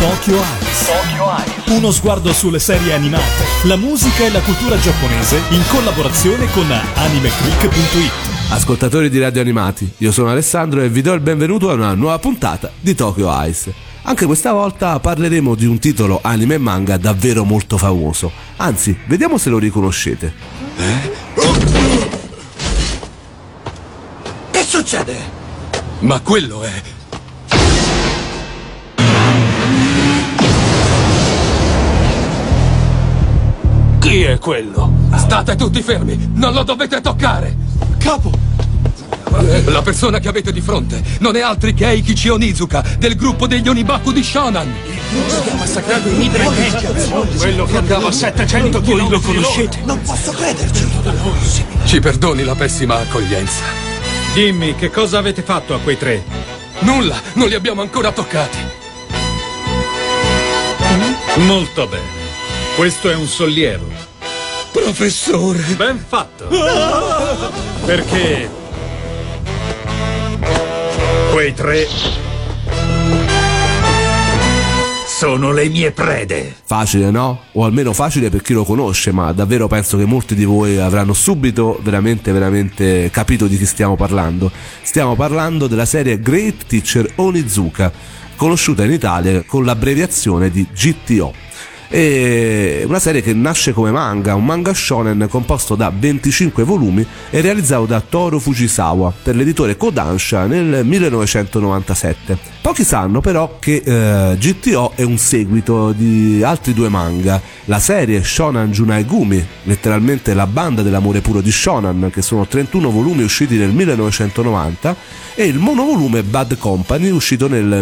Tokyo Eyes. Uno sguardo sulle serie animate, la musica e la cultura giapponese in collaborazione con animeclick.it. Ascoltatori di Radio Animati, io sono Alessandro e vi do il benvenuto a una nuova puntata di Tokyo Eyes. Anche questa volta parleremo di un titolo anime e manga davvero molto famoso. Anzi, vediamo se lo riconoscete. Che succede? Ma quello è... Chi è quello? State tutti fermi! Non lo dovete toccare! Capo! La persona che avete di fronte non è altri che Eikichi Onizuka, del gruppo degli Onibaku di Shonan. Che ha massacrato i Midra quello che andava a 700 km. Voi lo conoscete? Non posso crederci. Ci perdoni la pessima accoglienza. Dimmi, che cosa avete fatto a quei tre? Nulla, non li abbiamo ancora toccati. Molto bene. Questo è un sollievo. Professore! Ben fatto! Perché quei tre sono le mie prede. Facile, no? O almeno facile per chi lo conosce, ma davvero penso che molti di voi avranno subito veramente capito di chi stiamo parlando. Stiamo parlando della serie Great Teacher Onizuka, conosciuta in Italia con l'abbreviazione di GTO. È una serie che nasce come manga, un manga shonen composto da 25 volumi e realizzato da Toru Fujisawa per l'editore Kodansha nel 1997. Pochi sanno però che GTO è un seguito di altri due manga, la serie Shonan Junai Gumi, letteralmente la banda dell'amore puro di Shonan, che sono 31 volumi usciti nel 1990, e il monovolume Bad Company uscito nel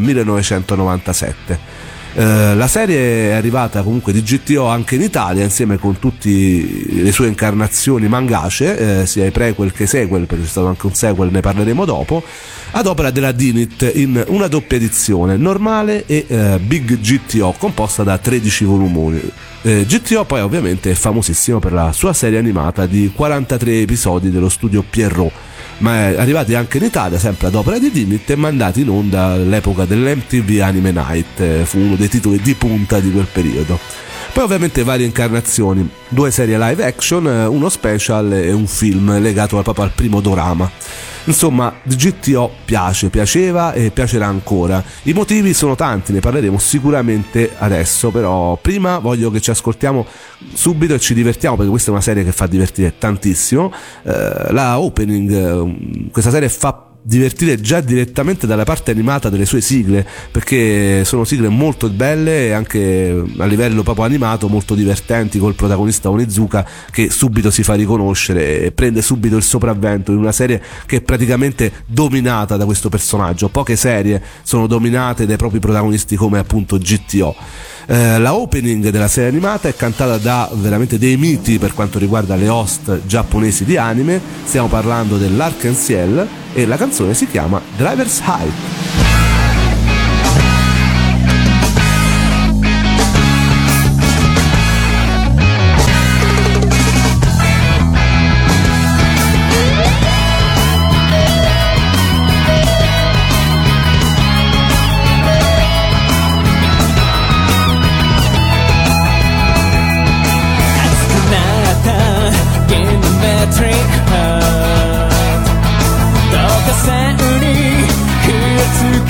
1997. La serie è arrivata comunque di GTO anche in Italia insieme con tutte le sue incarnazioni mangacee, sia i prequel che i sequel, perché c'è stato anche un sequel, ne parleremo dopo, ad opera della Dinit in una doppia edizione normale e Big GTO composta da 13 volumoni. GTO poi ovviamente è famosissimo per la sua serie animata di 43 episodi dello studio Pierrot, ma è arrivati anche in Italia sempre ad opera di Dinit e mandati in onda all'epoca dell'MTV Anime Night, fu uno dei titoli di punta di quel periodo. Poi ovviamente varie incarnazioni, 2 serie live action, uno special e un film legato proprio al primo dorama. Insomma, GTO piaceva e piacerà ancora. I motivi sono tanti, ne parleremo sicuramente adesso, però prima voglio che ci ascoltiamo subito e ci divertiamo, perché questa è una serie che fa divertire tantissimo. La opening, questa serie fa divertire già direttamente dalla parte animata delle sue sigle, perché sono sigle molto belle e anche a livello proprio animato molto divertenti, col protagonista Onizuka che subito si fa riconoscere e prende subito il sopravvento in una serie che è praticamente dominata da questo personaggio. Poche serie sono dominate dai propri protagonisti come appunto GTO. La opening della serie animata è cantata da veramente dei miti per quanto riguarda le host giapponesi di anime. Stiamo parlando dell'Arc-en-Ciel e la canzone si chiama Driver's High. Trick heart どうかさうにくっつ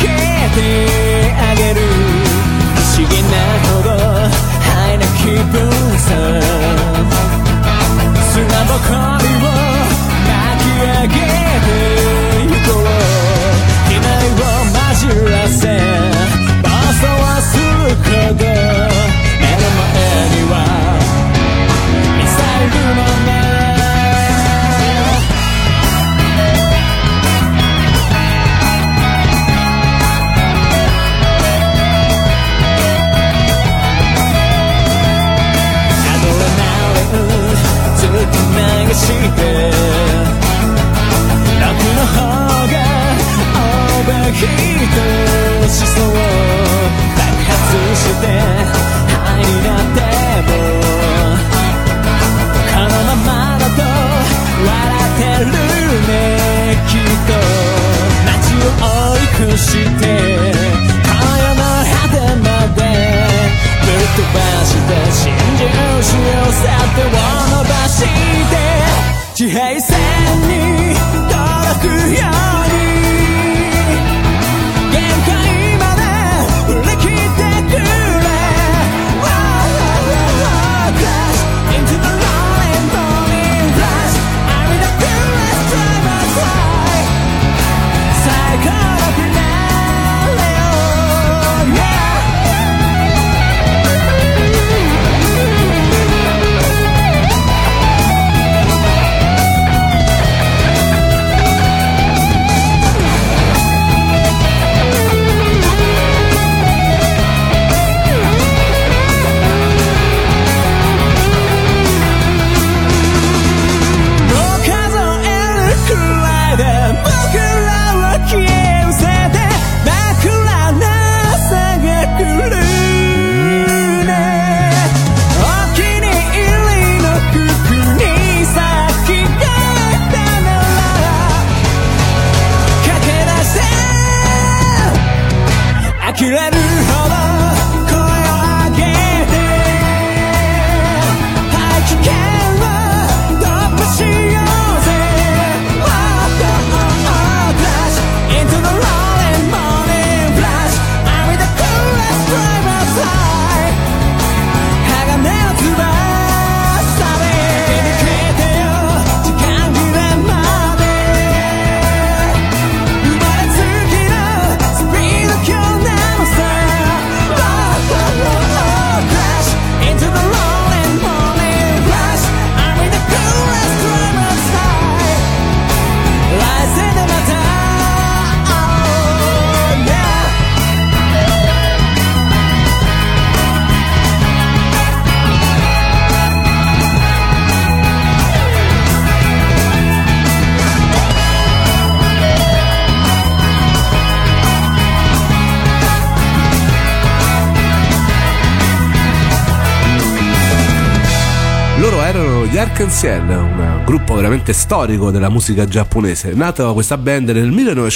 Loro erano gli Arc-en-Ciel, un gruppo veramente storico della musica giapponese. Nata questa band nel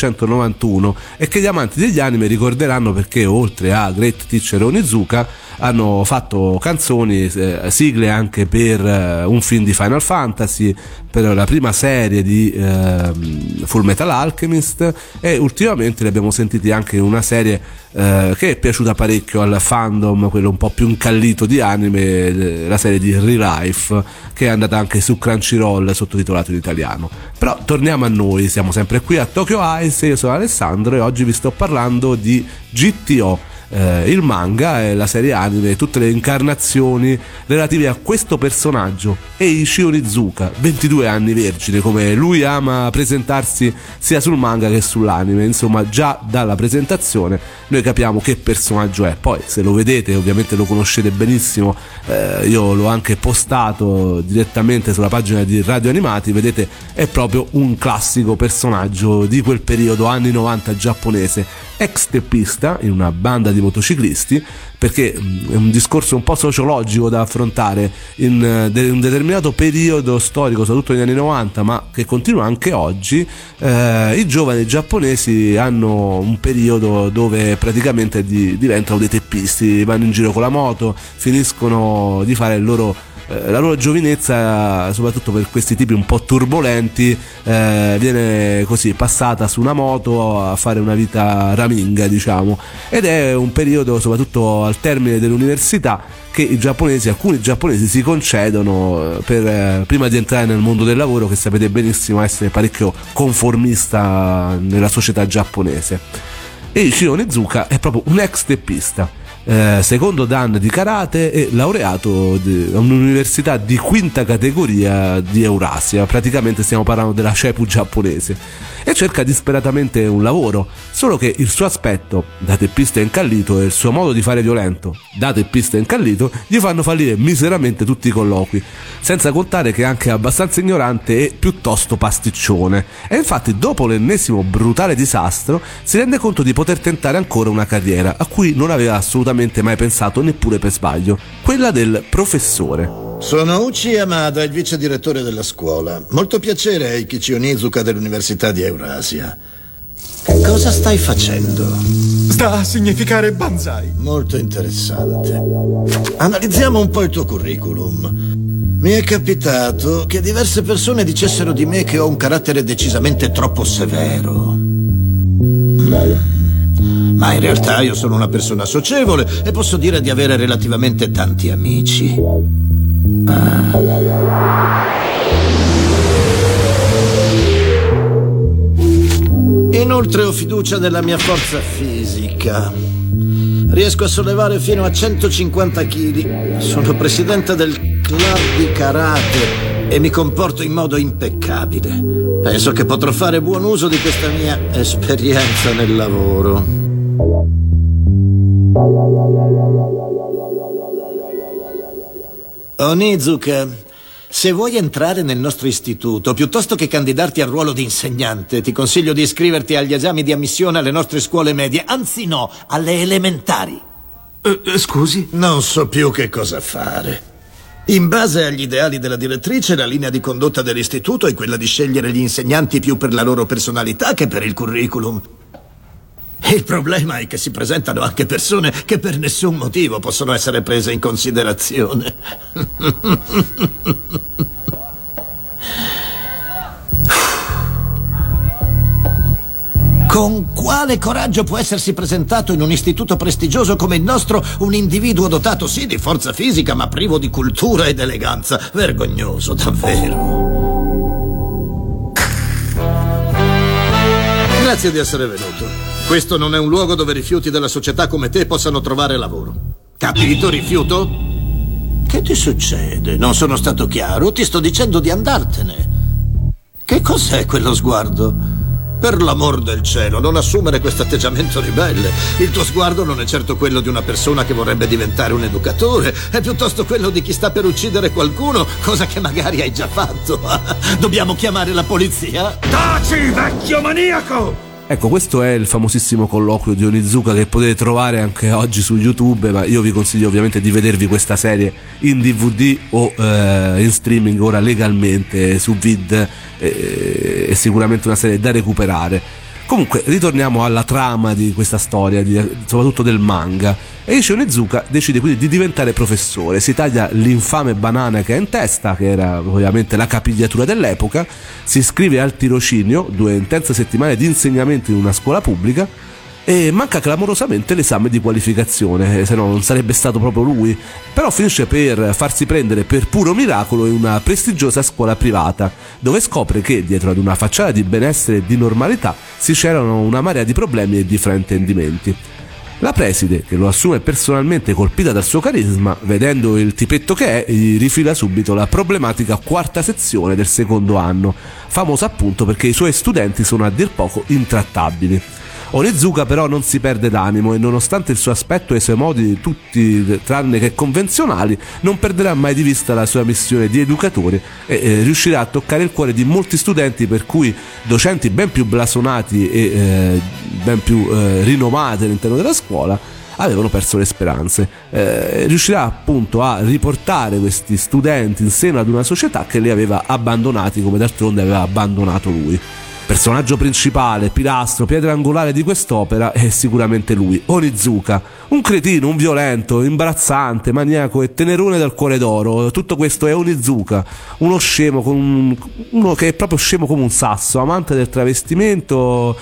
1991 e che gli amanti degli anime ricorderanno perché oltre a Great Teacher Onizuka hanno fatto canzoni, sigle anche per un film di Final Fantasy, per la prima serie di Full Metal Alchemist, e ultimamente li abbiamo sentiti anche in una serie che è piaciuta parecchio al fandom, quello un po' più incallito di anime, la serie di Re-Life, che è andata anche su Crunchyroll sottotitolato in italiano. Però torniamo a noi, siamo sempre qui a Tokyo Eyes, io sono Alessandro e oggi vi sto parlando di GTO. Il manga e la serie anime, tutte le incarnazioni relative a questo personaggio, Eiichi Onizuka, 22 anni vergine, come lui ama presentarsi sia sul manga che sull'anime. Insomma, già dalla presentazione noi capiamo che personaggio è. Poi se lo vedete ovviamente lo conoscete benissimo, io l'ho anche postato direttamente sulla pagina di Radio Animati, vedete è proprio un classico personaggio di quel periodo anni 90 giapponese, ex teppista in una banda di motociclisti, perché è un discorso un po' sociologico da affrontare in un determinato periodo storico, soprattutto negli anni 90, ma che continua anche oggi. I giovani giapponesi hanno un periodo dove praticamente diventano dei teppisti, vanno in giro con la moto, finiscono di fare la loro giovinezza, soprattutto per questi tipi un po' turbolenti, viene così passata su una moto a fare una vita raminga, diciamo, ed è un periodo, soprattutto al termine dell'università, che alcuni giapponesi si concedono prima di entrare nel mondo del lavoro, che sapete benissimo essere parecchio conformista nella società giapponese. Eiichi Onizuka è proprio un ex teppista, secondo dan di karate e laureato a un'università di quinta categoria di Eurasia, praticamente stiamo parlando della CEPU giapponese, e cerca disperatamente un lavoro, solo che il suo aspetto da teppista incallito e il suo modo di fare violento da teppista incallito gli fanno fallire miseramente tutti i colloqui, senza contare che è anche abbastanza ignorante e piuttosto pasticcione, e infatti dopo l'ennesimo brutale disastro si rende conto di poter tentare ancora una carriera a cui non aveva assolutamente mai pensato neppure per sbaglio, quella del professore. Sono Uchi Yamada, il vice direttore della scuola. Molto piacere, Eiichi Onizuka dell'Università di Eurasia. Cosa stai facendo? Sta a significare banzai. Molto interessante. Analizziamo un po' il tuo curriculum. Mi è capitato che diverse persone dicessero di me che ho un carattere decisamente troppo severo. Ma in realtà io sono una persona socievole e posso dire di avere relativamente tanti amici. Inoltre ho fiducia nella mia forza fisica. Riesco a sollevare fino a 150 kg. Sono presidente del club di karate e mi comporto in modo impeccabile. Penso che potrò fare buon uso di questa mia esperienza nel lavoro. Onizuka, se vuoi entrare nel nostro istituto, piuttosto che candidarti al ruolo di insegnante, ti consiglio di iscriverti agli esami di ammissione alle nostre scuole medie, anzi no, alle elementari. Scusi? Non so più che cosa fare. In base agli ideali della direttrice, la linea di condotta dell'istituto è quella di scegliere gli insegnanti più per la loro personalità che per il curriculum. Il problema è che si presentano anche persone che per nessun motivo possono essere prese in considerazione. Con quale coraggio può essersi presentato in un istituto prestigioso come il nostro un individuo dotato sì di forza fisica ma privo di cultura ed eleganza? Vergognoso, davvero. Grazie di essere venuto. Questo non è un luogo dove rifiuti della società come te possano trovare lavoro. Capito, rifiuto? Che ti succede? Non sono stato chiaro? Ti sto dicendo di andartene. Che cos'è quello sguardo? Per l'amor del cielo, non assumere questo atteggiamento ribelle. Il tuo sguardo non è certo quello di una persona che vorrebbe diventare un educatore, è piuttosto quello di chi sta per uccidere qualcuno, cosa che magari hai già fatto. Dobbiamo chiamare la polizia? Taci, vecchio maniaco! Ecco, questo è il famosissimo colloquio di Onizuka che potete trovare anche oggi su YouTube, ma io vi consiglio ovviamente di vedervi questa serie in DVD o in streaming ora legalmente su Vid, è sicuramente una serie da recuperare. Comunque ritorniamo alla trama di questa storia, soprattutto del manga. Eiichi Onizuka decide quindi di diventare professore, si taglia l'infame banana che ha in testa, che era ovviamente la capigliatura dell'epoca, si iscrive al tirocinio, 2 intense settimane di insegnamento in una scuola pubblica, e manca clamorosamente l'esame di qualificazione, se no non sarebbe stato proprio lui, però finisce per farsi prendere per puro miracolo in una prestigiosa scuola privata, dove scopre che dietro ad una facciata di benessere e di normalità si c'erano una marea di problemi e di fraintendimenti. La preside, che lo assume personalmente colpita dal suo carisma, vedendo il tipetto che è, gli rifila subito la problematica 4ª sezione del secondo anno, famosa appunto perché i suoi studenti sono a dir poco intrattabili. Onizuka però non si perde d'animo e nonostante il suo aspetto e i suoi modi tutti tranne che convenzionali non perderà mai di vista la sua missione di educatore e riuscirà a toccare il cuore di molti studenti, per cui docenti ben più blasonati e ben più rinomati all'interno della scuola avevano perso le speranze. Riuscirà appunto a riportare questi studenti in seno ad una società che li aveva abbandonati come d'altronde aveva abbandonato lui. Personaggio principale, pilastro, pietra angolare di quest'opera è sicuramente lui, Onizuka, un cretino, un violento, imbarazzante, maniaco e tenerone dal cuore d'oro. Tutto questo è Onizuka, uno scemo, uno che è proprio scemo come un sasso, amante del travestimento,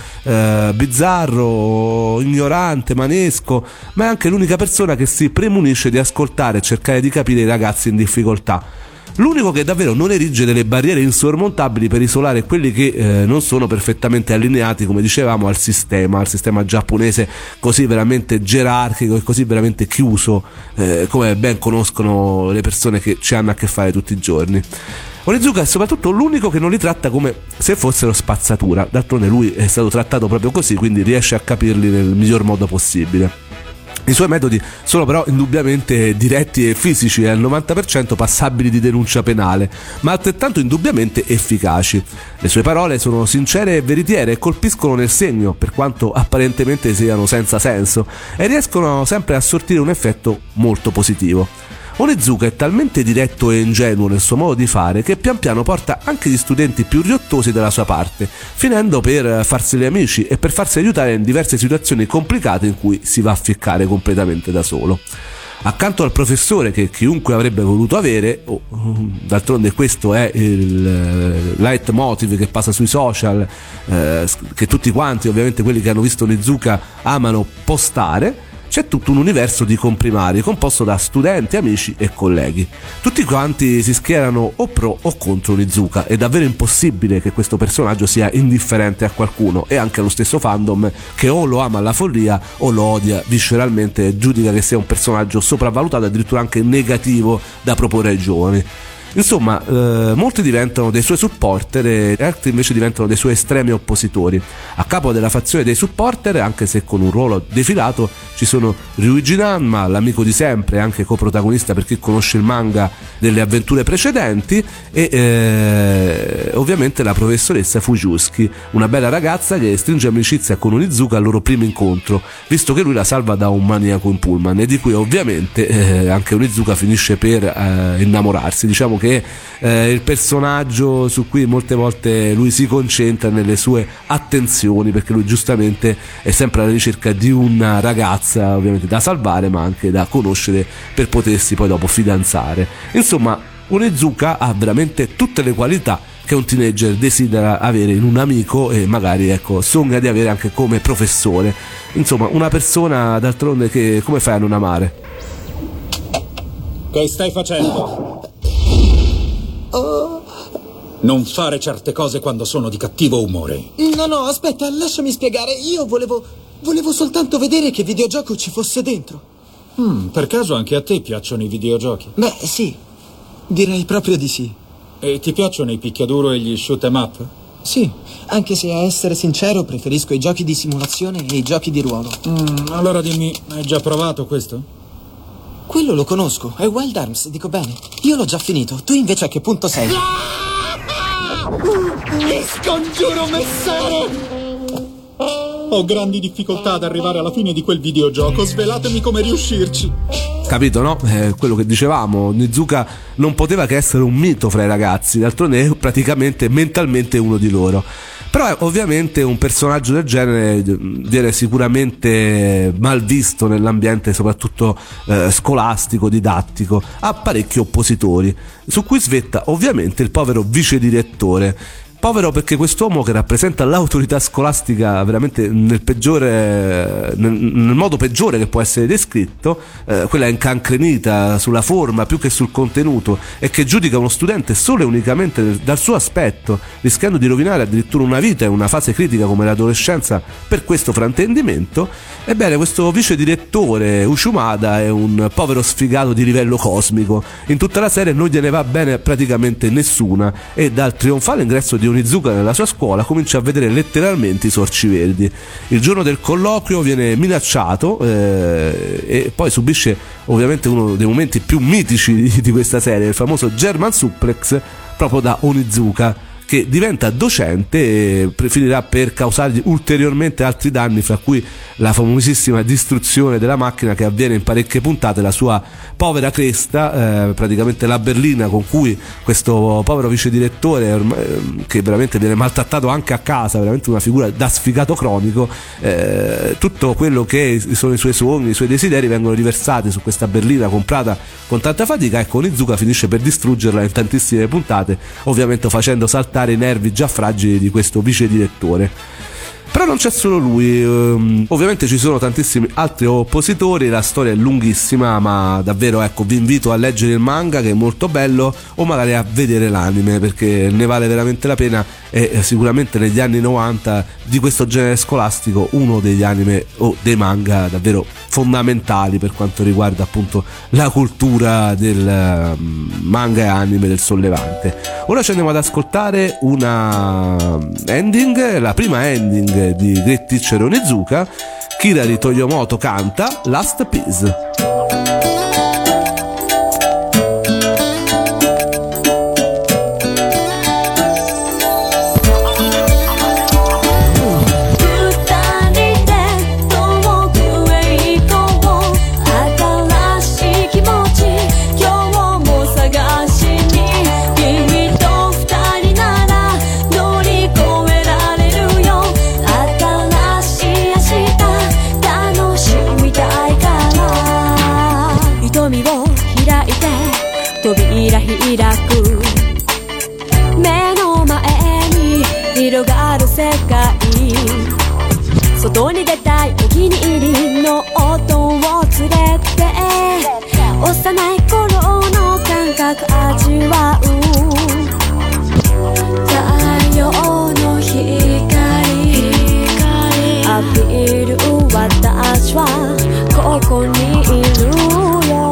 bizzarro, ignorante, manesco, ma è anche l'unica persona che si premunisce di ascoltare e cercare di capire i ragazzi in difficoltà. L'unico che davvero non erige delle barriere insormontabili per isolare quelli che non sono perfettamente allineati, come dicevamo, al sistema giapponese così veramente gerarchico e così veramente chiuso, come ben conoscono le persone che ci hanno a che fare tutti i giorni. Onizuka è soprattutto l'unico che non li tratta come se fossero spazzatura, d'altronde lui è stato trattato proprio così, quindi riesce a capirli nel miglior modo possibile. I suoi metodi sono però indubbiamente diretti e fisici e al 90% passabili di denuncia penale, ma altrettanto indubbiamente efficaci. Le sue parole sono sincere e veritiere e colpiscono nel segno, per quanto apparentemente siano senza senso, e riescono sempre a sortire un effetto molto positivo. Onizuka è talmente diretto e ingenuo nel suo modo di fare che pian piano porta anche gli studenti più riottosi dalla sua parte, finendo per farseli amici e per farsi aiutare in diverse situazioni complicate in cui si va a ficcare completamente da solo. Accanto al professore che chiunque avrebbe voluto avere, d'altronde questo è il leitmotiv che passa sui social, che tutti quanti, ovviamente quelli che hanno visto Onizuka, amano postare, c'è tutto un universo di comprimari composto da studenti, amici e colleghi. Tutti quanti si schierano o pro o contro Onizuka. È davvero impossibile che questo personaggio sia indifferente a qualcuno, e anche allo stesso fandom che o lo ama alla follia o lo odia visceralmente e giudica che sia un personaggio sopravvalutato, addirittura anche negativo da proporre ai giovani. Insomma, molti diventano dei suoi supporter e altri invece diventano dei suoi estremi oppositori. A capo della fazione dei supporter, anche se con un ruolo defilato, ci sono Ryuji Nanma, l'amico di sempre, anche coprotagonista per chi conosce il manga delle avventure precedenti, e ovviamente la professoressa Fujitsuki, una bella ragazza che stringe amicizia con Onizuka al loro primo incontro, visto che lui la salva da un maniaco in pullman, e di cui ovviamente anche Onizuka finisce per innamorarsi. Diciamo che che il personaggio su cui molte volte lui si concentra nelle sue attenzioni, perché lui giustamente è sempre alla ricerca di una ragazza ovviamente da salvare ma anche da conoscere per potersi poi dopo fidanzare. Insomma, Onizuka ha veramente tutte le qualità che un teenager desidera avere in un amico e magari ecco sogna di avere anche come professore. Insomma, una persona d'altronde che come fai a non amare? Che stai facendo? Non fare certe cose quando sono di cattivo umore. No, aspetta, lasciami spiegare. Io volevo soltanto vedere che videogioco ci fosse dentro. Per caso anche a te piacciono i videogiochi? Beh, sì. Direi proprio di sì. E ti piacciono i picchiaduro e gli shoot 'em up? Sì, anche se a essere sincero preferisco i giochi di simulazione e i giochi di ruolo. Allora dimmi, hai già provato questo? Quello lo conosco, è Wild Arms, dico bene. Io l'ho già finito, tu invece a che punto sei? Ti scongiuro, messere! Ho grandi difficoltà ad arrivare alla fine di quel videogioco, svelatemi come riuscirci. Capito, no? Quello che dicevamo, Onizuka non poteva che essere un mito fra i ragazzi, d'altronde è praticamente mentalmente uno di loro. Però ovviamente un personaggio del genere viene sicuramente mal visto nell'ambiente soprattutto scolastico, didattico, ha parecchi oppositori, su cui svetta ovviamente il povero vice direttore. Povero perché quest'uomo che rappresenta l'autorità scolastica veramente nel modo peggiore che può essere descritto, quella incancrenita sulla forma più che sul contenuto e che giudica uno studente solo e unicamente dal suo aspetto, rischiando di rovinare addirittura una vita in una fase critica come l'adolescenza per questo fraintendimento. Ebbene, questo vice direttore Uchumada è un povero sfigato di livello cosmico. In tutta la serie non gliene va bene praticamente nessuna e dal trionfale ingresso di Onizuka nella sua scuola comincia a vedere letteralmente i sorci verdi. Il giorno del colloquio viene minacciato e poi subisce ovviamente uno dei momenti più mitici di questa serie, il famoso German Suplex proprio da Onizuka, che diventa docente e finirà per causargli ulteriormente altri danni, fra cui la famosissima distruzione della macchina che avviene in parecchie puntate, la sua povera cresta, praticamente la berlina con cui questo povero vice direttore che veramente viene maltrattato anche a casa, veramente una figura da sfigato cronico, tutto quello che sono i suoi sogni, i suoi desideri vengono riversati su questa berlina comprata con tanta fatica. Ecco, Onizuka finisce per distruggerla in tantissime puntate, ovviamente facendo saltare i nervi già fragili di questo vice direttore. Però non c'è solo lui, ovviamente ci sono tantissimi altri oppositori, la storia è lunghissima, ma davvero ecco vi invito a leggere il manga che è molto bello, o magari a vedere l'anime perché ne vale veramente la pena. E sicuramente negli anni 90 di questo genere scolastico uno degli anime o dei manga davvero fondamentali per quanto riguarda appunto la cultura del manga e anime del sollevante. Ora ci andiamo ad ascoltare una ending, la prima ending di Great Teacher Onizuka. Kirari Toyomoto canta Last Piece. 外に出たいお気に入りの音を連れて幼い頃の感覚味わう太陽の光浴びる私はここにいるよ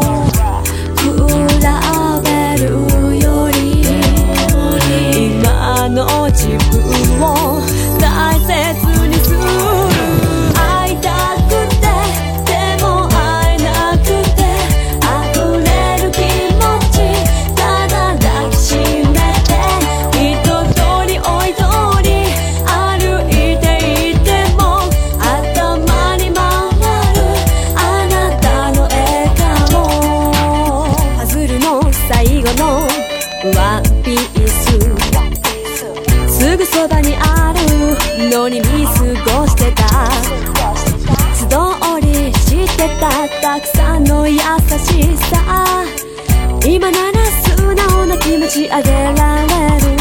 比べるより今の自分を大切にする会いたくてでも会えなくて溢れる気持ちただ抱きしめて一通り追い通り歩いていても頭に回るあなたの笑顔パズルの最後のワンピースすぐそばにあるのに見過ごしてた素通りしてたたくさんの優しさ今なら素直な気持ちあげられる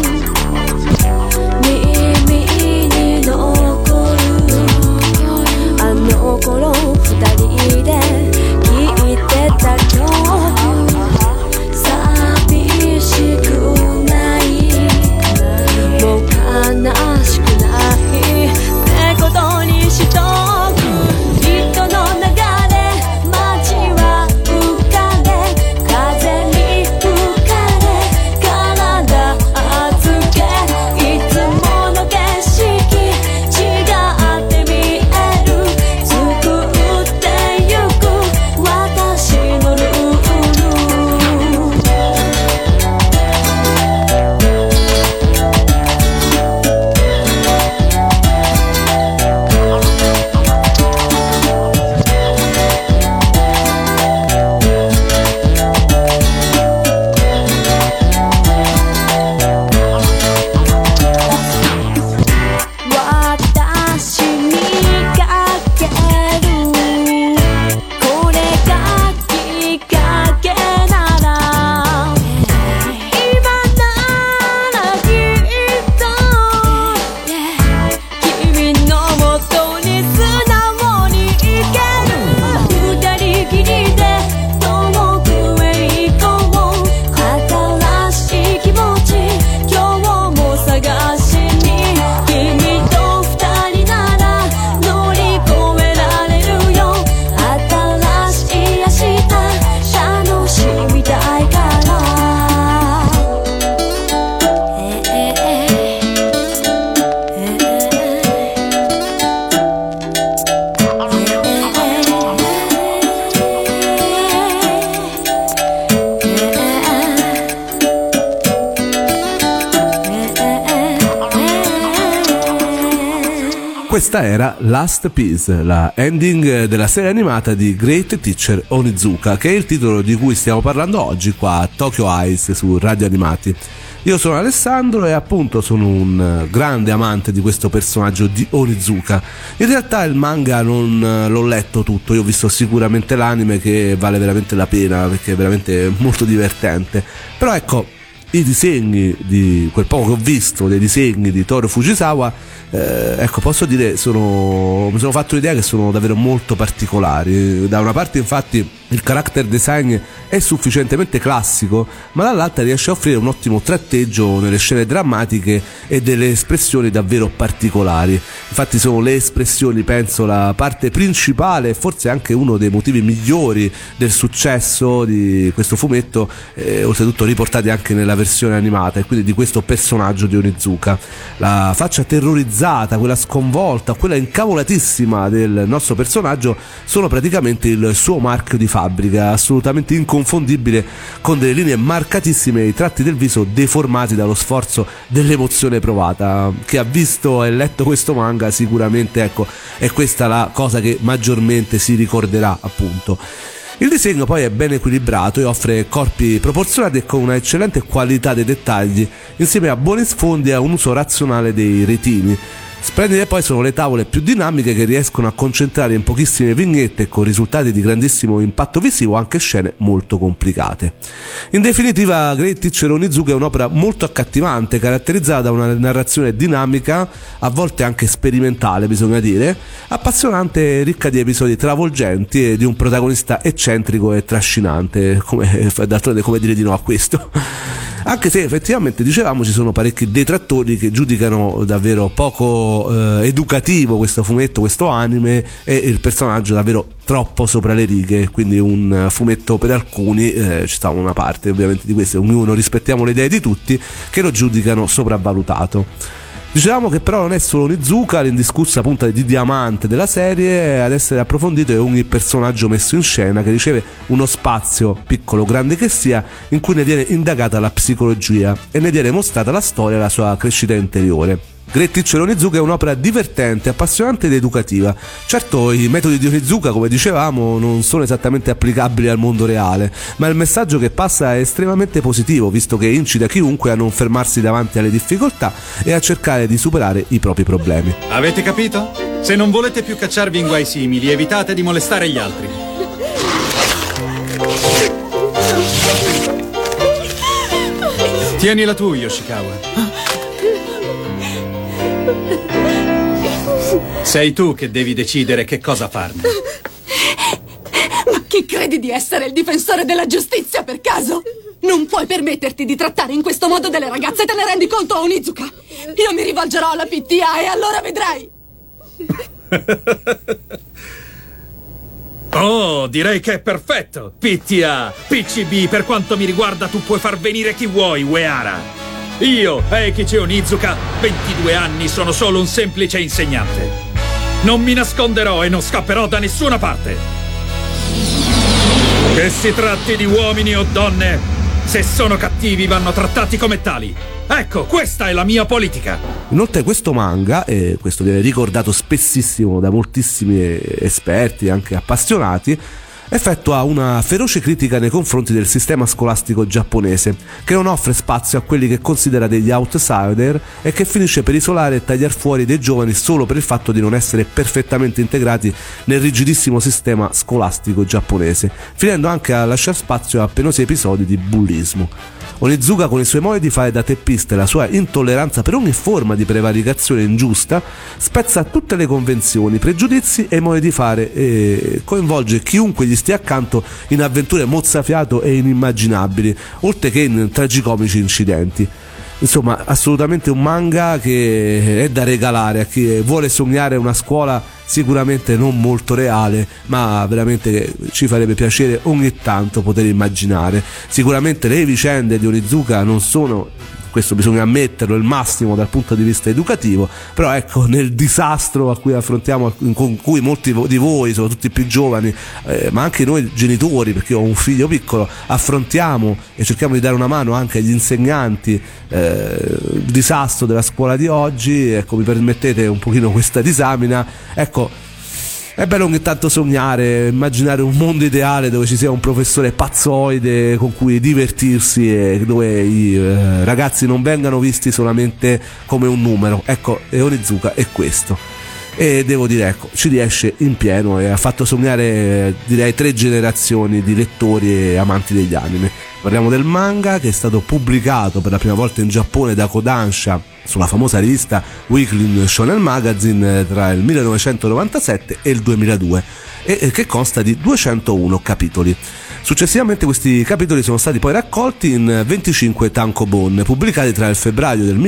耳に残るあの頃二人で聴いてた曲寂しくないもう悲しくないってことにしとく人の流れ街は浮かれ風に吹かれ体預けいつもの景色違って見える作ってゆく私のルール私にかけるこれがきっかけなら今ならきっと君のもとに素直に行ける二人きりで遠くへ行こう新しい気持ち今日も探しに君と二人なら乗り越えられるよ新しい明日楽しみたいから Questa era Last Piece, la ending della serie animata di Great Teacher Onizuka, che è il titolo di cui stiamo parlando oggi qua a Tokyo Eyes su Radio Animati. Io sono Alessandro e appunto sono un grande amante di questo personaggio di Onizuka. In realtà il manga non l'ho letto tutto, io ho visto sicuramente l'anime che vale veramente la pena perché è veramente molto divertente. Però ecco, i disegni di quel poco che ho visto dei disegni di Toru Fujisawa, ecco, posso dire mi sono fatto l'idea che sono davvero molto particolari. Da una parte infatti il character design è sufficientemente classico, ma dall'altra riesce a offrire un ottimo tratteggio nelle scene drammatiche e delle espressioni davvero particolari. Infatti sono le espressioni, penso, la parte principale e forse anche uno dei motivi migliori del successo di questo fumetto, oltretutto riportati anche nella versione animata, e quindi di questo personaggio di Onizuka. La faccia terrorizzata, quella sconvolta, quella incavolatissima del nostro personaggio sono praticamente il suo marchio di fabbrica, assolutamente inconfondibile, con delle linee marcatissime e i tratti del viso deformati dallo sforzo dell'emozione provata. Chi ha visto e letto questo manga sicuramente, ecco, è questa la cosa che maggiormente si ricorderà, appunto. Il disegno poi è ben equilibrato e offre corpi proporzionati e con una eccellente qualità dei dettagli, insieme a buoni sfondi e a un uso razionale dei retini. Splendide poi sono le tavole più dinamiche che riescono a concentrare in pochissime vignette e con risultati di grandissimo impatto visivo anche scene molto complicate. In definitiva, Great Teacher Onizuka è un'opera molto accattivante, caratterizzata da una narrazione dinamica, a volte anche sperimentale bisogna dire, appassionante e ricca di episodi travolgenti e di un protagonista eccentrico e trascinante, d'altronde come dire di no a questo? Anche se effettivamente, dicevamo, ci sono parecchi detrattori che giudicano davvero poco educativo questo fumetto, questo anime, e il personaggio davvero troppo sopra le righe, quindi un fumetto per alcuni, ci sta una parte ovviamente di questo, ognuno rispettiamo le idee di tutti, che lo giudicano sopravvalutato. Dicevamo che però non è solo Onizuka l'indiscussa punta di diamante della serie ad essere approfondito, è ogni personaggio messo in scena che riceve uno spazio, piccolo o grande che sia, in cui ne viene indagata la psicologia e ne viene mostrata la storia e la sua crescita interiore. Great Teacher Onizuka è un'opera divertente, appassionante ed educativa. Certo, i metodi di Onizuka, come dicevamo, non sono esattamente applicabili al mondo reale, ma il messaggio che passa è estremamente positivo, visto che incita chiunque a non fermarsi davanti alle difficoltà e a cercare di superare i propri problemi. Avete capito? Se non volete più cacciarvi in guai simili, evitate di molestare gli altri. Tienila tu, Yoshikawa. Sei tu che devi decidere che cosa farne. Ma chi credi di essere il difensore della giustizia, per caso? Non puoi permetterti di trattare in questo modo delle ragazze, te ne rendi conto, Onizuka? Io mi rivolgerò alla PTA e allora vedrai. Oh, direi che è perfetto. PTA, PCB, per quanto mi riguarda tu puoi far venire chi vuoi, Uehara. Io, Eikichi Onizuka, 22 anni, sono solo un semplice insegnante. Non mi nasconderò e non scapperò da nessuna parte. Che si tratti di uomini o donne, se sono cattivi vanno trattati come tali. Ecco, questa è la mia politica. Inoltre questo manga, e questo viene ricordato spessissimo da moltissimi esperti, anche appassionati, effettua una feroce critica nei confronti del sistema scolastico giapponese, che non offre spazio a quelli che considera degli outsider e che finisce per isolare e tagliare fuori dei giovani solo per il fatto di non essere perfettamente integrati nel rigidissimo sistema scolastico giapponese, finendo anche a lasciare spazio a penosi episodi di bullismo. Onizuka, con i suoi modi di fare da teppista e la sua intolleranza per ogni forma di prevaricazione ingiusta, spezza tutte le convenzioni, pregiudizi e modi di fare e coinvolge chiunque gli stia accanto in avventure mozzafiato e inimmaginabili, oltre che in tragicomici incidenti. Insomma, assolutamente un manga che è da regalare a chi vuole sognare una scuola sicuramente non molto reale, ma veramente ci farebbe piacere ogni tanto poter immaginare. Sicuramente le vicende di Onizuka non sono, questo bisogna ammetterlo, il massimo dal punto di vista educativo, però ecco, nel disastro a cui affrontiamo, con cui molti di voi, soprattutto i più giovani, ma anche noi genitori, perché ho un figlio piccolo, affrontiamo e cerchiamo di dare una mano anche agli insegnanti, il disastro della scuola di oggi, ecco, mi permettete un pochino questa disamina, ecco. È bello ogni tanto sognare, immaginare un mondo ideale dove ci sia un professore pazzoide con cui divertirsi e dove i ragazzi non vengano visti solamente come un numero. Ecco, e Onizuka è questo. E devo dire, ecco, ci riesce in pieno e ha fatto sognare, direi, 3 generazioni di lettori e amanti degli anime. Parliamo del manga che è stato pubblicato per la prima volta in Giappone da Kodansha sulla famosa rivista Weekly Shonen Magazine tra il 1997 e il 2002 e che consta di 201 capitoli. Successivamente questi capitoli sono stati poi raccolti in 25 tankobon pubblicati tra il febbraio del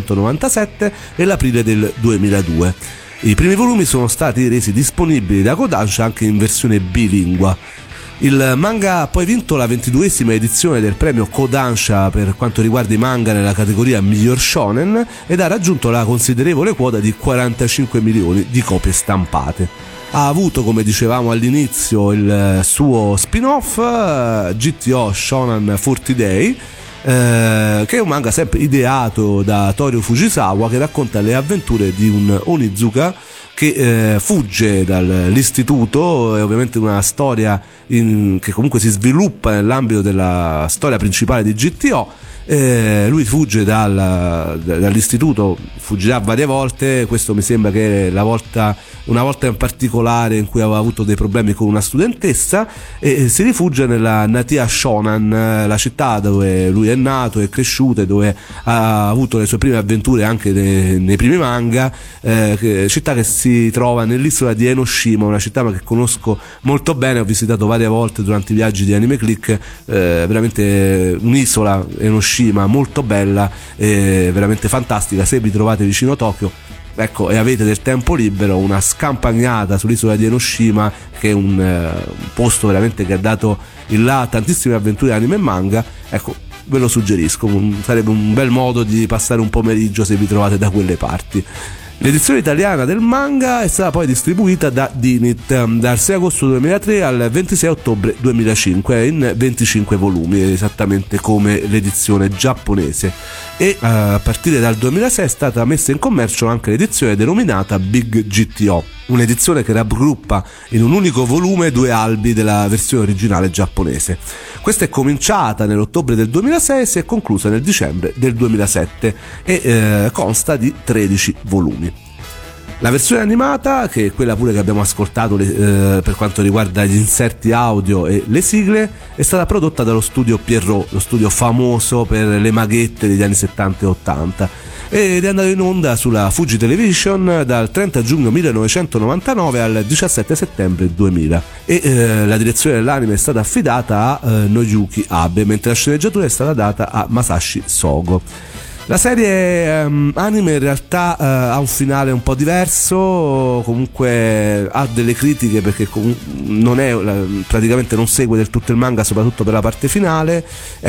1997 e l'aprile del 2002. I primi volumi sono stati resi disponibili da Kodansha anche in versione bilingua. Il manga ha poi vinto la 22esima edizione del premio Kodansha per quanto riguarda i manga nella categoria miglior shonen ed ha raggiunto la considerevole quota di 45 milioni di copie stampate. Ha avuto, come dicevamo all'inizio, il suo spin-off GTO Shonen 40 Day, che è un manga sempre ideato da Torio Fujisawa, che racconta le avventure di un Onizuka che fugge dall'istituto. È ovviamente una storia che comunque si sviluppa nell'ambito della storia principale di GTO. Lui fugge dall'istituto, fuggirà varie volte, questo mi sembra che una volta in particolare in cui aveva avuto dei problemi con una studentessa, e si rifugia nella Natia Shonan, la città dove lui è nato, è cresciuto e dove ha avuto le sue prime avventure anche nei primi manga, città che si trova nell'isola di Enoshima, una città che conosco molto bene, ho visitato varie volte durante i viaggi di Anime Click, veramente un'isola, Enoshima, molto bella e veramente fantastica. Se vi trovate vicino a Tokyo, ecco, e avete del tempo libero, una scampagnata sull'isola di Enoshima, che è un posto veramente che ha dato in là tantissime avventure anime e manga, ecco, ve lo suggerisco, sarebbe un bel modo di passare un pomeriggio se vi trovate da quelle parti. L'edizione italiana del manga è stata poi distribuita da Dinit dal 6 agosto 2003 al 26 ottobre 2005 in 25 volumi, esattamente come l'edizione giapponese, e a partire dal 2006 è stata messa in commercio anche l'edizione denominata Big GTO, un'edizione che raggruppa in un unico volume 2 albi della versione originale giapponese. Questa è cominciata nell'ottobre del 2006 e si è conclusa nel dicembre del 2007 e consta di 13 volumi. La versione animata, che è quella pure che abbiamo ascoltato per quanto riguarda gli inserti audio e le sigle, è stata prodotta dallo studio Pierrot, lo studio famoso per le maghette degli anni 70 e 80, ed è andato in onda sulla Fuji Television dal 30 giugno 1999 al 17 settembre 2000 e la direzione dell'anime è stata affidata a Noyuki Abe, mentre la sceneggiatura è stata data a Masashi Sogo. La serie anime in realtà ha un finale un po' diverso, comunque ha delle critiche perché non è, praticamente non segue del tutto il manga, soprattutto per la parte finale.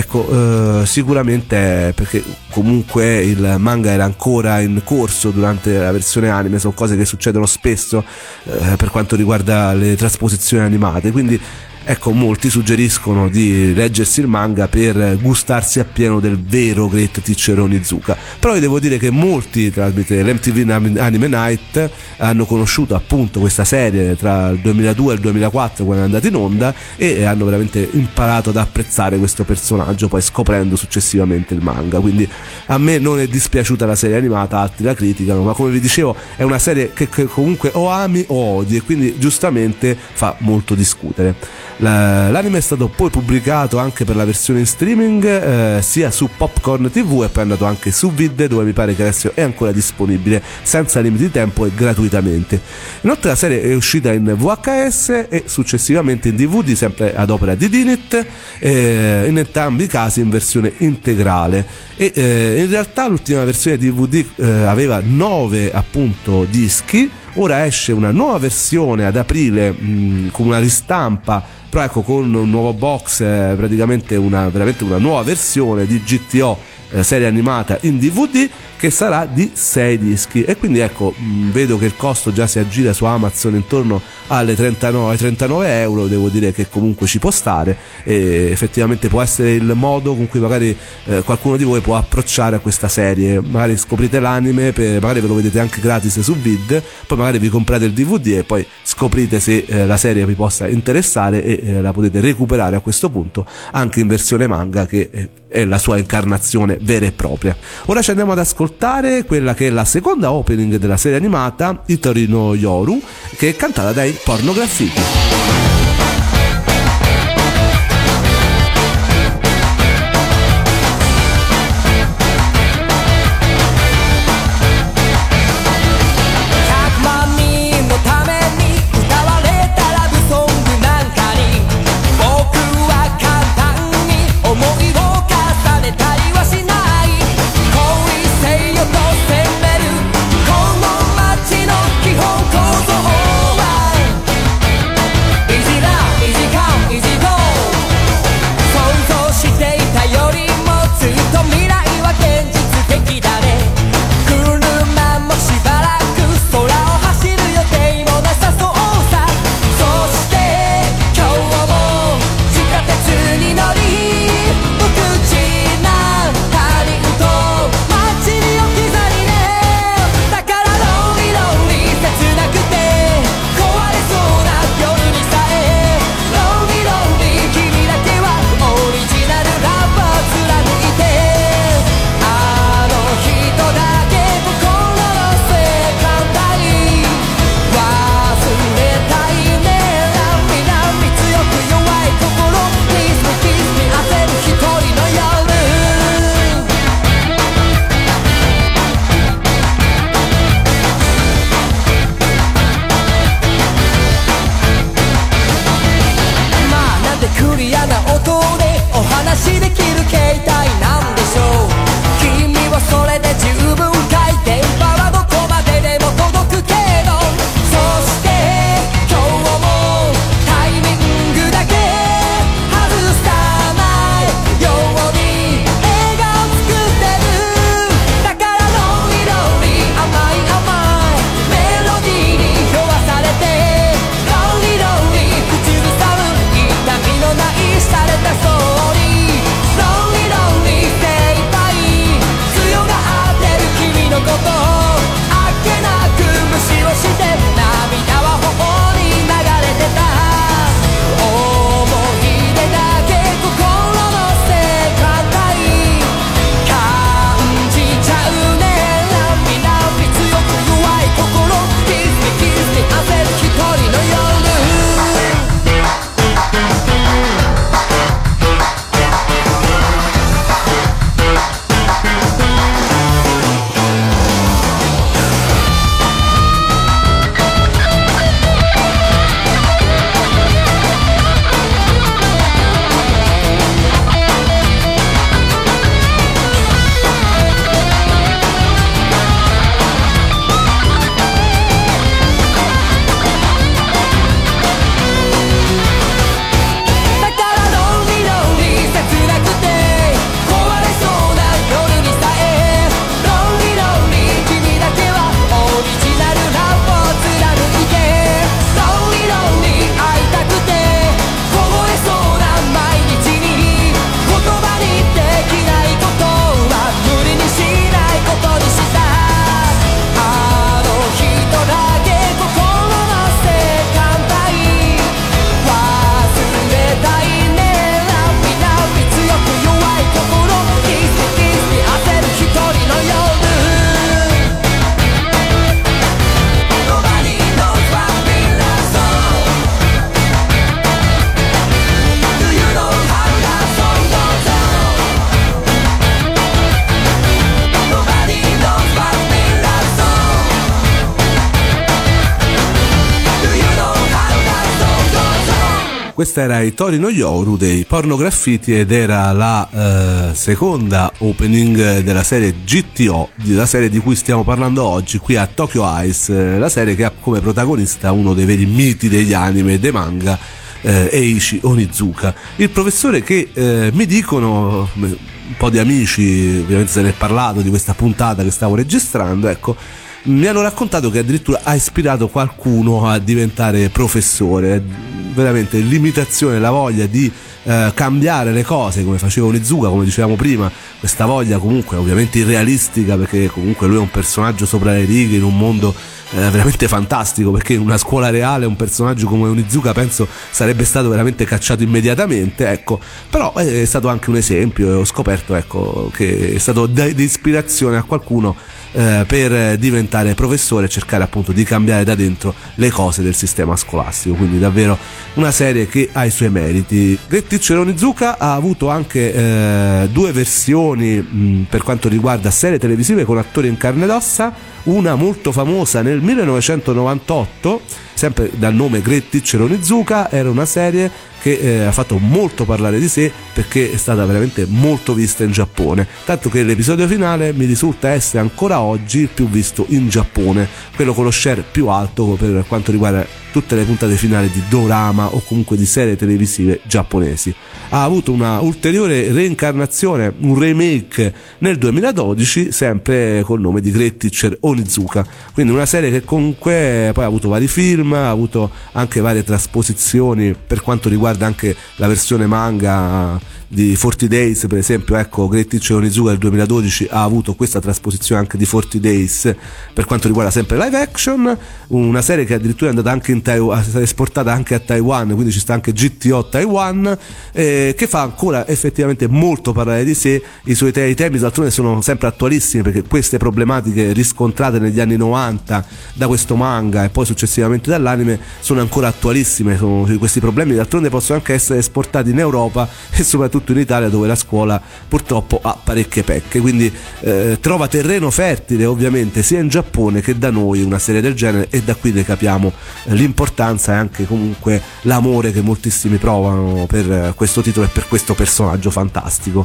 Ecco, sicuramente perché comunque il manga era ancora in corso durante la versione anime, sono cose che succedono spesso per quanto riguarda le trasposizioni animate, quindi ecco, molti suggeriscono di leggersi il manga per gustarsi appieno del vero Great Teacher Onizuka, però io devo dire che molti tramite l'MTV Anime Night hanno conosciuto appunto questa serie tra il 2002 e il 2004 quando è andata in onda e hanno veramente imparato ad apprezzare questo personaggio, poi scoprendo successivamente il manga. Quindi a me non è dispiaciuta la serie animata, altri la criticano, ma come vi dicevo è una serie che comunque o ami o odi e quindi giustamente fa molto discutere. L'anime è stato poi pubblicato anche per la versione in streaming sia su Popcorn TV e poi è andato anche su Vid, dove mi pare che adesso è ancora disponibile senza limiti di tempo e gratuitamente. Inoltre la serie è uscita in VHS e successivamente in DVD, sempre ad opera di Dinit, in entrambi i casi in versione integrale, e in realtà l'ultima versione DVD aveva 9 appunto dischi. Ora esce una nuova versione ad aprile con una ristampa, però ecco con un nuovo box, praticamente veramente una nuova versione di GTO serie animata in DVD, che sarà di 6 dischi, e quindi ecco vedo che il costo già si aggira su Amazon intorno alle 39 euro. Devo dire che comunque ci può stare e effettivamente può essere il modo con cui magari qualcuno di voi può approcciare a questa serie. Magari scoprite l'anime, magari ve lo vedete anche gratis su Vid, poi magari vi comprate il DVD e poi scoprite se la serie vi possa interessare e la potete recuperare a questo punto anche in versione manga, che è la sua incarnazione vera e propria. Ora ci andiamo ad ascoltare quella che è la seconda opening della serie animata, Itori no Yoru, che è cantata dai Pornograffitti. 「 Questa era i Tori no Yoru dei Porno Graffiti ed era la seconda opening della serie GTO, della serie di cui stiamo parlando oggi qui a Tokyo Ice, la serie che ha come protagonista uno dei veri miti degli anime e dei manga, Eiichi Onizuka, il professore che mi dicono un po' di amici, ovviamente se ne è parlato di questa puntata che stavo registrando, ecco, mi hanno raccontato che addirittura ha ispirato qualcuno a diventare professore. Veramente l'imitazione, la voglia di cambiare le cose come faceva Onizuka, come dicevamo prima, questa voglia comunque ovviamente irrealistica, perché comunque lui è un personaggio sopra le righe in un mondo veramente fantastico, perché in una scuola reale un personaggio come Onizuka penso sarebbe stato veramente cacciato immediatamente, ecco. Però è stato anche un esempio e ho scoperto, ecco, che è stato di ispirazione a qualcuno per diventare professore e cercare appunto di cambiare da dentro le cose del sistema scolastico. Quindi davvero una serie che ha i suoi meriti. Great Teacher Onizuka ha avuto anche due versioni per quanto riguarda serie televisive con attori in carne ed ossa, una molto famosa nel 1998 sempre dal nome Great Teacher Onizuka. Era una serie che ha fatto molto parlare di sé perché è stata veramente molto vista in Giappone, tanto che l'episodio finale mi risulta essere ancora oggi il più visto in Giappone, quello con lo share più alto per quanto riguarda tutte le puntate finali di dorama o comunque di serie televisive giapponesi. Ha avuto una ulteriore reincarnazione, un remake nel 2012 sempre col nome di Great Teacher Onizuka, quindi una serie che comunque poi ha avuto vari film, ha avuto anche varie trasposizioni per quanto riguarda anche la versione manga di 40 Days, per esempio. Ecco, Great Teacher Onizuka del 2012 ha avuto questa trasposizione anche di 40 Days per quanto riguarda sempre live action, una serie che addirittura è andata anche in Taiwan, è stata esportata anche a Taiwan, quindi ci sta anche GTO Taiwan, che fa ancora effettivamente molto parlare di sé. I suoi temi d'altronde sono sempre attualissimi, perché queste problematiche riscontrate negli anni 90 da questo manga e poi successivamente dall'anime sono ancora attualissime. Questi problemi d'altronde possono anche essere esportati in Europa e soprattutto in Italia, dove la scuola purtroppo ha parecchie pecche, quindi trova terreno fertile ovviamente sia in Giappone che da noi una serie del genere, e da qui ne capiamo l'importanza e anche comunque l'amore che moltissimi provano per questo titolo e per questo personaggio fantastico.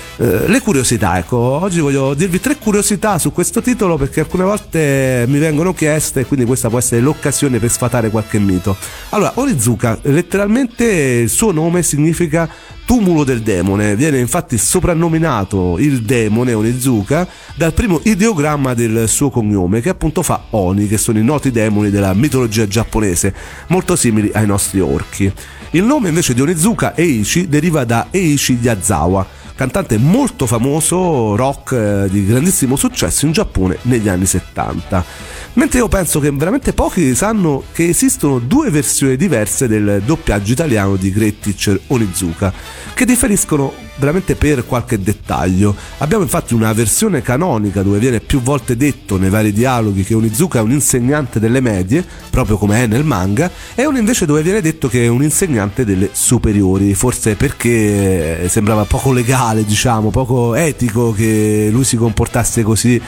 Le curiosità, ecco, oggi voglio dirvi 3 curiosità su questo titolo, perché alcune volte mi vengono chieste e quindi questa può essere l'occasione per sfatare qualche mito. Allora, Onizuka, letteralmente il suo nome significa tumulo del demone, viene infatti soprannominato il demone Onizuka dal primo ideogramma del suo cognome, che appunto fa Oni, che sono i noti demoni della mitologia giapponese, molto simili ai nostri orchi. Il nome invece di Onizuka, Eiichi, deriva da Eiichi Yazawa, cantante molto famoso rock di grandissimo successo in Giappone negli anni 70. Mentre io penso che veramente pochi sanno che esistono 2 versioni diverse del doppiaggio italiano di Great Teacher Onizuka, che differiscono veramente per qualche dettaglio. Abbiamo infatti una versione canonica dove viene più volte detto nei vari dialoghi che Onizuka è un insegnante delle medie, proprio come è nel manga, e una invece dove viene detto che è un insegnante delle superiori, forse perché sembrava poco legale, diciamo, poco etico che lui si comportasse così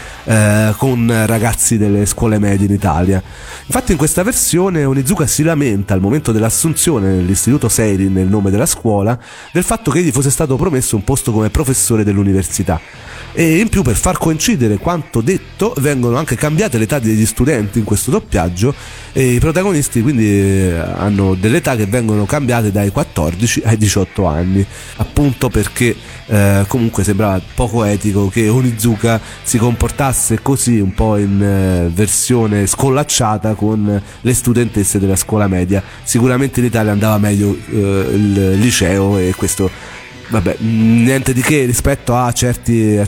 con ragazzi delle scuole medie in Italia. Infatti in questa versione Onizuka si lamenta al momento dell'assunzione nell'istituto Seirin, nel nome della scuola, del fatto che gli fosse stato promesso un posto come professore dell'università, e in più, per far coincidere quanto detto, vengono anche cambiate le età degli studenti in questo doppiaggio, e i protagonisti quindi hanno delle età che vengono cambiate dai 14 ai 18 anni, appunto perché comunque sembrava poco etico che Onizuka si comportasse così, un po' in versione scollacciata con le studentesse della scuola media. Sicuramente in Italia andava meglio il liceo, e questo vabbè, niente di che rispetto a certe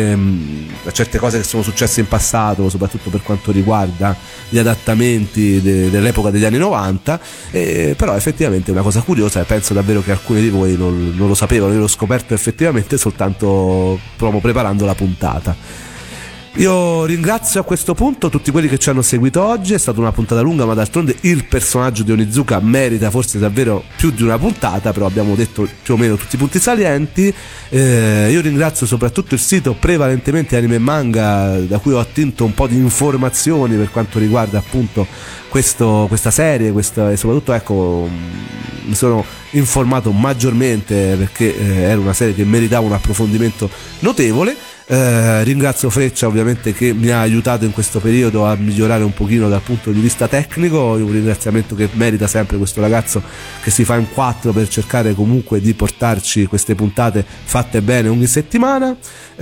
cose che sono successe in passato, soprattutto per quanto riguarda gli adattamenti dell'epoca degli anni 90, però effettivamente è una cosa curiosa, e penso davvero che alcuni di voi non lo sapevano. Io l'ho scoperto effettivamente soltanto proprio preparando la puntata. Io ringrazio a questo punto tutti quelli che ci hanno seguito oggi. È stata una puntata lunga, ma d'altronde il personaggio di Onizuka merita forse davvero più di una puntata, però abbiamo detto più o meno tutti i punti salienti. Io ringrazio soprattutto il sito prevalentemente Anime e Manga, da cui ho attinto un po' di informazioni per quanto riguarda appunto questa serie, e soprattutto ecco, mi sono informato maggiormente perché era una serie che meritava un approfondimento notevole. Ringrazio Freccia ovviamente che mi ha aiutato in questo periodo a migliorare un pochino dal punto di vista tecnico, un ringraziamento che merita sempre questo ragazzo che si fa in quattro per cercare comunque di portarci queste puntate fatte bene ogni settimana.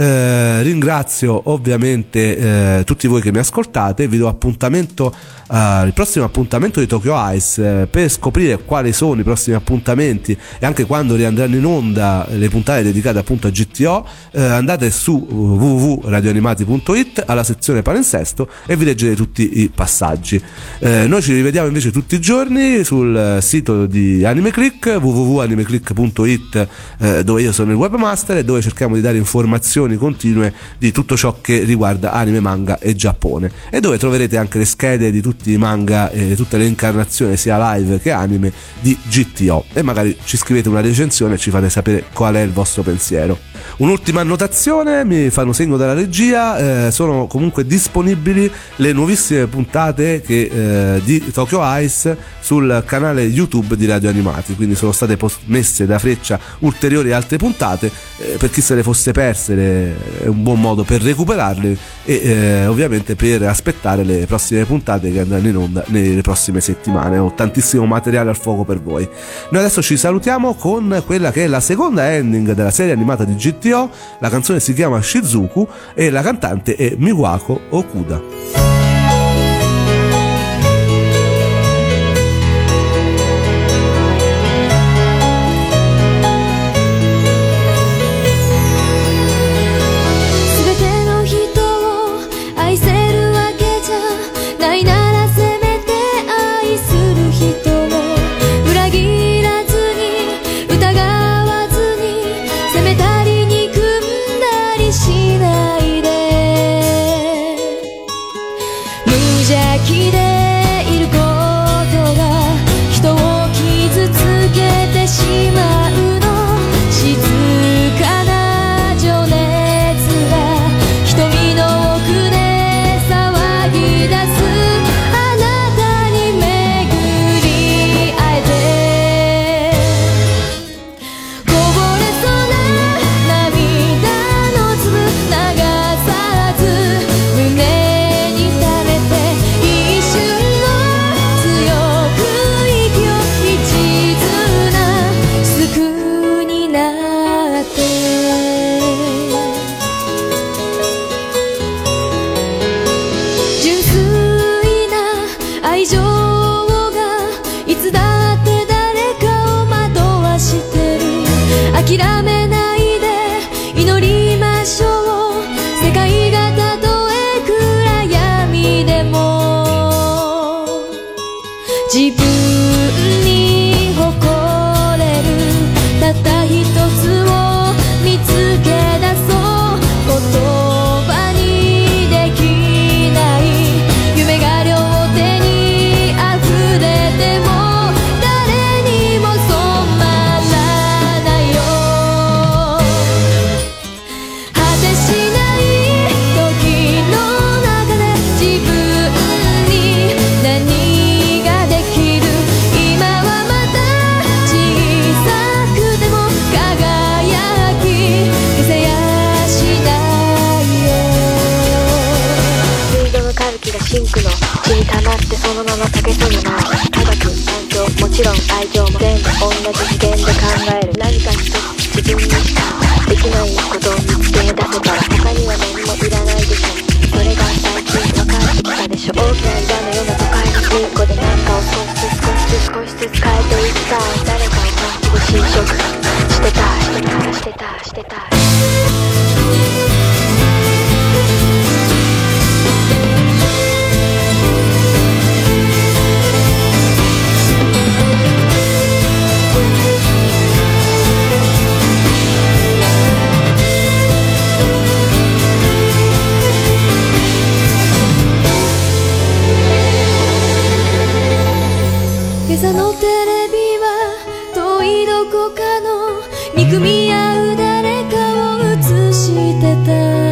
Ringrazio ovviamente tutti voi che mi ascoltate, vi do appuntamento il prossimo appuntamento di Tokyo Ice. Per scoprire quali sono i prossimi appuntamenti e anche quando riandranno in onda le puntate dedicate appunto a GTO, andate su www.radioanimati.it alla sezione palinsesto e vi leggete tutti i passaggi. Noi ci rivediamo invece tutti i giorni sul sito di Anime Click, www.animeclick.it, dove io sono il webmaster e dove cerchiamo di dare informazioni continue di tutto ciò che riguarda anime, manga e Giappone, e dove troverete anche le schede di tutti i manga e tutte le incarnazioni sia live che anime di GTO, e magari ci scrivete una recensione e ci fate sapere qual è il vostro pensiero. Un'ultima annotazione, mi fanno segno dalla regia, sono comunque disponibili le nuovissime puntate di Tokyo Ice sul canale YouTube di Radio Animati, quindi sono state messe da Freccia ulteriori altre puntate, per chi se le fosse perse è un buon modo per recuperarle e ovviamente per aspettare le prossime puntate che andranno in onda nelle prossime settimane. Ho tantissimo materiale al fuoco per voi. Noi adesso ci salutiamo con quella che è la seconda ending della serie animata di GTO. La canzone si chiama Shizuku e la cantante è Miwako Okuda. 自分に誇れるたった一つを見つけ出そう言葉にできない夢が両手に溢れても誰にも染まらないよ果てしない時の中で自分に何ができる今はまた小さくても輝き消せやしないよ水道のカルキがシンクの血に溜まってそのまま溶けそうなの科学環境もちろん愛情も全部同じ次元で考える何か一つ自分にしかできないことを見つけ出せたら他には何もいらないでしょそれが最近分かってきたでしょ大きな岩のような都会の金庫で何かを少しずつ変えていくさ誰かを感じる侵食してた見組み合う誰かを映してた